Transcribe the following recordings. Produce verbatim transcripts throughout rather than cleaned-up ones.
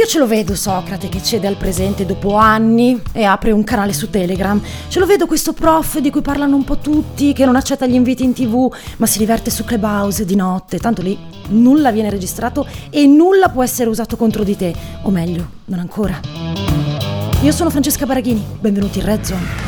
ce lo vedo Socrate che cede al presente dopo anni e apre un canale su Telegram. Ce lo vedo questo prof di cui parlano un po' tutti, che non accetta gli inviti in tv, ma si diverte su Clubhouse di notte. Tanto lì nulla viene registrato e nulla può essere usato contro di te. O meglio, non ancora. Io sono Francesca Baraghini, benvenuti in Red Zone.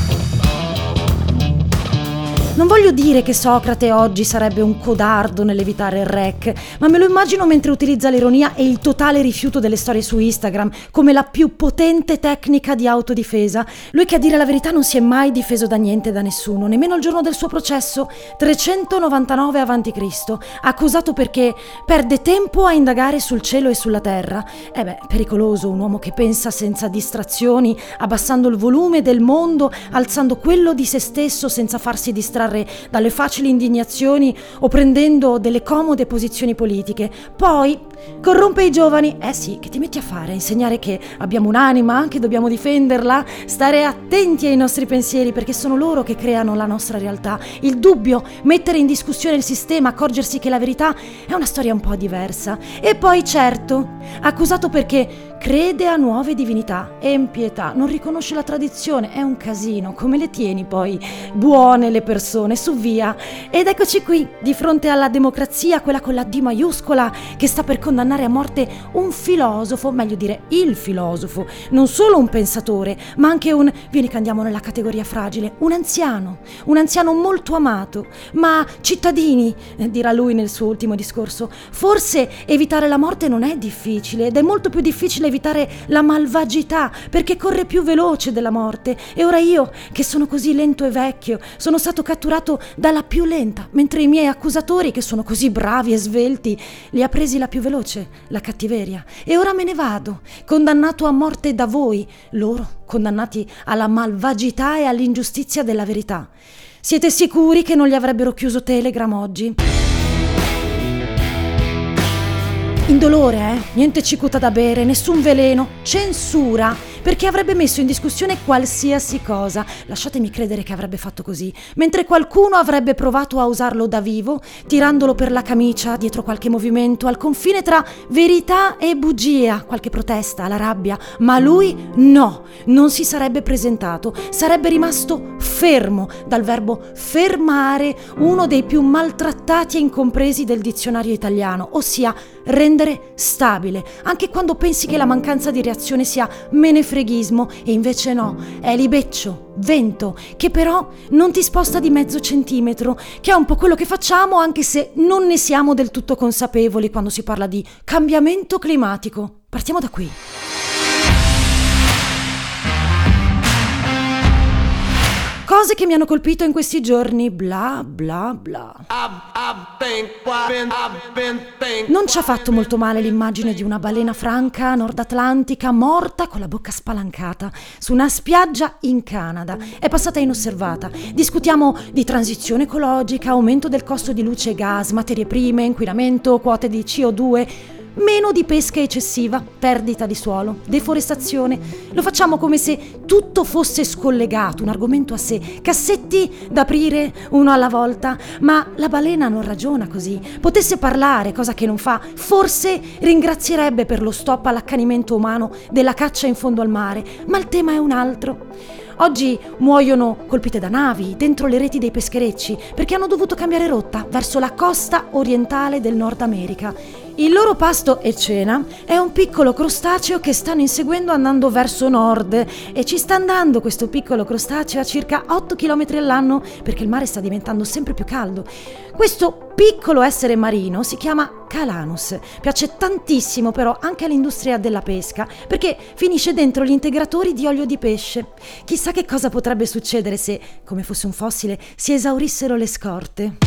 Non voglio dire che Socrate oggi sarebbe un codardo nell'evitare il rec, ma me lo immagino mentre utilizza l'ironia e il totale rifiuto delle storie su Instagram come la più potente tecnica di autodifesa. Lui che a dire la verità non si è mai difeso da niente e da nessuno, nemmeno il giorno del suo processo, trecentonovantanove avanti Cristo, accusato perché perde tempo a indagare sul cielo e sulla terra. Eh beh, pericoloso un uomo che pensa senza distrazioni, abbassando il volume del mondo, alzando quello di se stesso senza farsi distrarre dalle facili indignazioni o prendendo delle comode posizioni politiche. Poi corrompe i giovani. Eh sì, che ti metti a fare? A insegnare che abbiamo un'anima, che dobbiamo difenderla, stare attenti ai nostri pensieri perché sono loro che creano la nostra realtà. Il dubbio, mettere in discussione il sistema, accorgersi che la verità è una storia un po' diversa. E poi certo, accusato perché crede a nuove divinità, empietà, non riconosce la tradizione, è un casino. Come le tieni poi buone le persone? Su via. Ed eccoci qui, di fronte alla democrazia, quella con la D maiuscola, che sta per condannare a morte un filosofo, meglio dire il filosofo, non solo un pensatore, ma anche un, vieni che andiamo nella categoria fragile, un anziano, un anziano molto amato. Ma cittadini, dirà lui nel suo ultimo discorso, forse evitare la morte non è difficile, ed è molto più difficile evitare la malvagità, perché corre più veloce della morte. E ora io, che sono così lento e vecchio, sono stato catturato dalla più lenta, mentre i miei accusatori, che sono così bravi e svelti, li ha presi la più veloce, la cattiveria. E ora me ne vado, condannato a morte da voi, loro condannati alla malvagità e all'ingiustizia della verità. Siete sicuri che non gli avrebbero chiuso Telegram oggi? Indolore, eh? Niente cicuta da bere, nessun veleno, censura, perché avrebbe messo in discussione qualsiasi cosa. Lasciatemi credere che avrebbe fatto così, mentre qualcuno avrebbe provato a usarlo da vivo, tirandolo per la camicia dietro qualche movimento, al confine tra verità e bugia, qualche protesta, la rabbia, ma lui no, non si sarebbe presentato, sarebbe rimasto fermo, dal verbo fermare, uno dei più maltrattati e incompresi del dizionario italiano, ossia rendere stabile, anche quando pensi che la mancanza di reazione sia menefreghismo, e invece no, è libeccio, vento, che però non ti sposta di mezzo centimetro, che è un po' quello che facciamo anche se non ne siamo del tutto consapevoli quando si parla di cambiamento climatico. Partiamo da qui. Cose che mi hanno colpito in questi giorni, bla bla bla. Non ci ha fatto molto male l'immagine di una balena franca nord atlantica morta con la bocca spalancata su una spiaggia in Canada. È passata inosservata. Discutiamo di transizione ecologica, aumento del costo di luce e gas, materie prime, inquinamento, quote di C O due... meno di pesca eccessiva, perdita di suolo, deforestazione. Lo facciamo come se tutto fosse scollegato, un argomento a sé, cassetti da aprire uno alla volta, ma la balena non ragiona così. Potesse parlare, cosa che non fa, forse ringrazierebbe per lo stop all'accanimento umano della caccia in fondo al mare, ma il tema è un altro. Oggi muoiono colpite da navi dentro le reti dei pescherecci perché hanno dovuto cambiare rotta verso la costa orientale del Nord America. Il loro pasto e cena è un piccolo crostaceo che stanno inseguendo andando verso nord, e ci sta andando questo piccolo crostaceo a circa otto chilometri all'anno perché il mare sta diventando sempre più caldo. Questo piccolo essere marino si chiama Calanus, piace tantissimo però anche all'industria della pesca perché finisce dentro gli integratori di olio di pesce. Chissà che cosa potrebbe succedere se, come fosse un fossile, si esaurissero le scorte.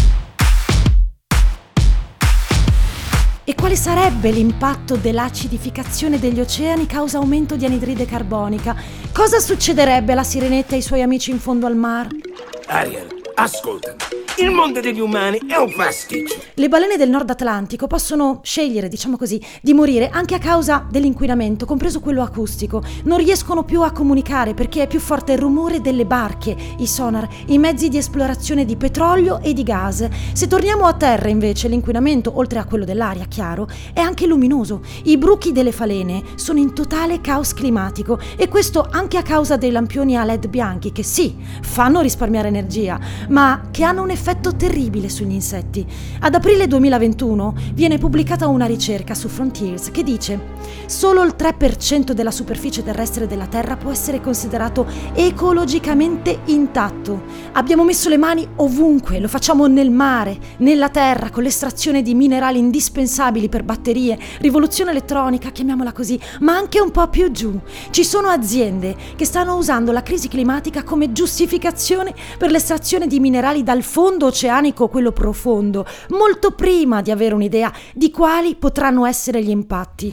E quale sarebbe l'impatto dell'acidificazione degli oceani causa aumento di anidride carbonica? Cosa succederebbe alla sirenetta e ai suoi amici in fondo al mar? Ariel, ascoltami. Il mondo degli umani è un pasticcio. Le balene del Nord Atlantico possono scegliere, diciamo così, di morire anche a causa dell'inquinamento, compreso quello acustico. Non riescono più a comunicare perché è più forte il rumore delle barche, i sonar, i mezzi di esplorazione di petrolio e di gas. Se torniamo a terra, invece, l'inquinamento, oltre a quello dell'aria, chiaro, è anche luminoso. I bruchi delle falene sono in totale caos climatico e questo anche a causa dei lampioni a led bianchi che sì, fanno risparmiare energia, ma che hanno un effetto terribile sugli insetti. Ad aprile duemilaventuno viene pubblicata una ricerca su Frontiers che dice: solo il tre per cento della superficie terrestre della Terra può essere considerato ecologicamente intatto. Abbiamo messo le mani ovunque, lo facciamo nel mare, nella terra, con l'estrazione di minerali indispensabili per batterie, rivoluzione elettronica, chiamiamola così, ma anche un po' più giù. Ci sono aziende che stanno usando la crisi climatica come giustificazione per l'estrazione di minerali dal fondo oceanico, quello profondo, molto prima di avere un'idea di quali potranno essere gli impatti.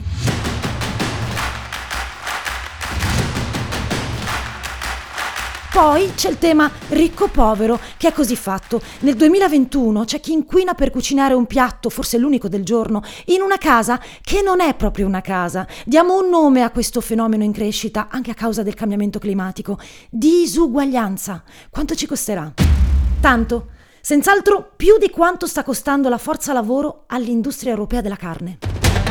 Poi c'è il tema ricco-povero, che è così fatto. Nel duemilaventuno c'è chi inquina per cucinare un piatto, forse l'unico del giorno, in una casa che non è proprio una casa. Diamo un nome a questo fenomeno in crescita, anche a causa del cambiamento climatico. Disuguaglianza. Quanto ci costerà? Tanto. Senz'altro più di quanto sta costando la forza lavoro all'industria europea della carne.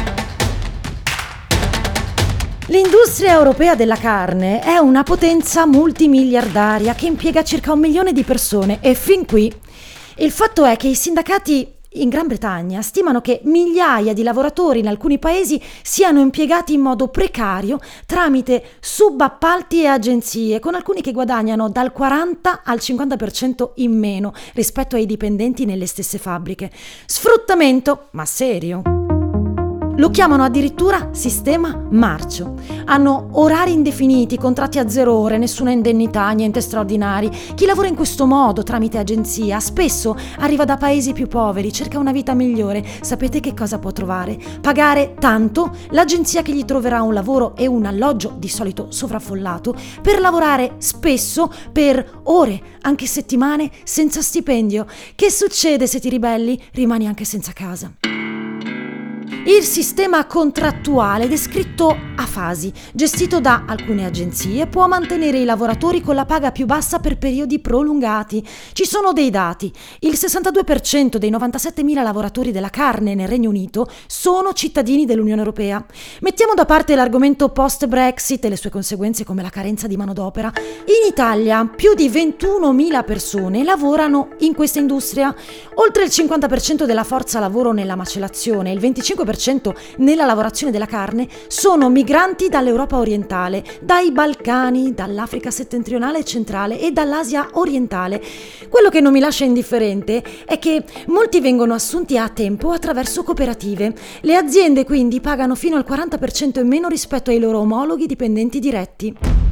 L'industria europea della carne è una potenza multimiliardaria che impiega circa un milione di persone e fin qui il fatto è che i sindacati in Gran Bretagna stimano che migliaia di lavoratori in alcuni paesi siano impiegati in modo precario tramite subappalti e agenzie, con alcuni che guadagnano dal quaranta al cinquanta per cento in meno rispetto ai dipendenti nelle stesse fabbriche. Sfruttamento, ma serio. Lo chiamano addirittura sistema marcio. Hanno orari indefiniti, contratti a zero ore, nessuna indennità, niente straordinari. Chi lavora in questo modo, tramite agenzia, spesso arriva da paesi più poveri, cerca una vita migliore. Sapete che cosa può trovare? Pagare tanto, l'agenzia che gli troverà un lavoro e un alloggio, di solito sovraffollato, per lavorare spesso per ore, anche settimane, senza stipendio. Che succede se ti ribelli? Rimani anche senza casa. Il sistema contrattuale, descritto a fasi, gestito da alcune agenzie, può mantenere i lavoratori con la paga più bassa per periodi prolungati. Ci sono dei dati. Il sessantadue per cento dei novantasettemila lavoratori della carne nel Regno Unito sono cittadini dell'Unione Europea. Mettiamo da parte l'argomento post-Brexit e le sue conseguenze come la carenza di manodopera. In Italia più di ventunomila persone lavorano in questa industria. Oltre il cinquanta per cento della forza lavoro nella macellazione e il venticinque per cento nella lavorazione della carne sono migranti dall'Europa orientale, dai Balcani, dall'Africa settentrionale e centrale e dall'Asia orientale. Quello che non mi lascia indifferente è che molti vengono assunti a tempo attraverso cooperative. Le aziende quindi pagano fino al quaranta per cento in meno rispetto ai loro omologhi dipendenti diretti.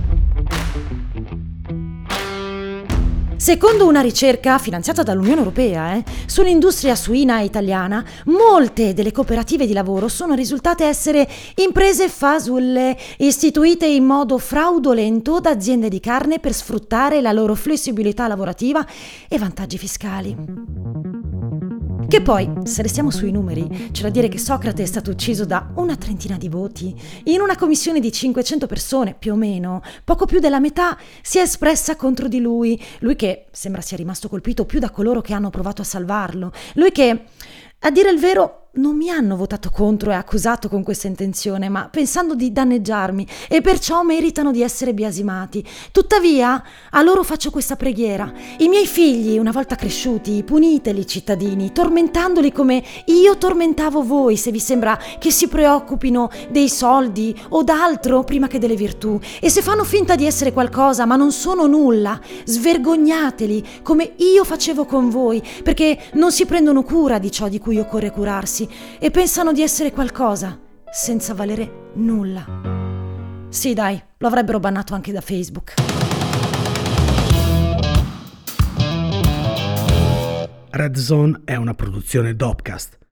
Secondo una ricerca finanziata dall'Unione Europea eh, sull'industria suina italiana, molte delle cooperative di lavoro sono risultate essere imprese fasulle, istituite in modo fraudolento da aziende di carne per sfruttare la loro flessibilità lavorativa e vantaggi fiscali. Che poi, se restiamo sui numeri, c'è da dire che Socrate è stato ucciso da una trentina di voti. In una commissione di cinquecento persone, più o meno, poco più della metà si è espressa contro di lui. Lui che sembra sia rimasto colpito più da coloro che hanno provato a salvarlo. Lui che, a dire il vero, non mi hanno votato contro e accusato con questa intenzione, ma pensando di danneggiarmi, e perciò meritano di essere biasimati. Tuttavia, a loro faccio questa preghiera. I miei figli, una volta cresciuti, puniteli, cittadini, tormentandoli come io tormentavo voi, se vi sembra che si preoccupino dei soldi o d'altro prima che delle virtù. E se fanno finta di essere qualcosa, ma non sono nulla, svergognateli, come io facevo con voi, perché non si prendono cura di ciò di cui occorre curarsi, e pensano di essere qualcosa senza valere nulla. Sì, dai, lo avrebbero bannato anche da Facebook. Red Zone è una produzione Dopcast.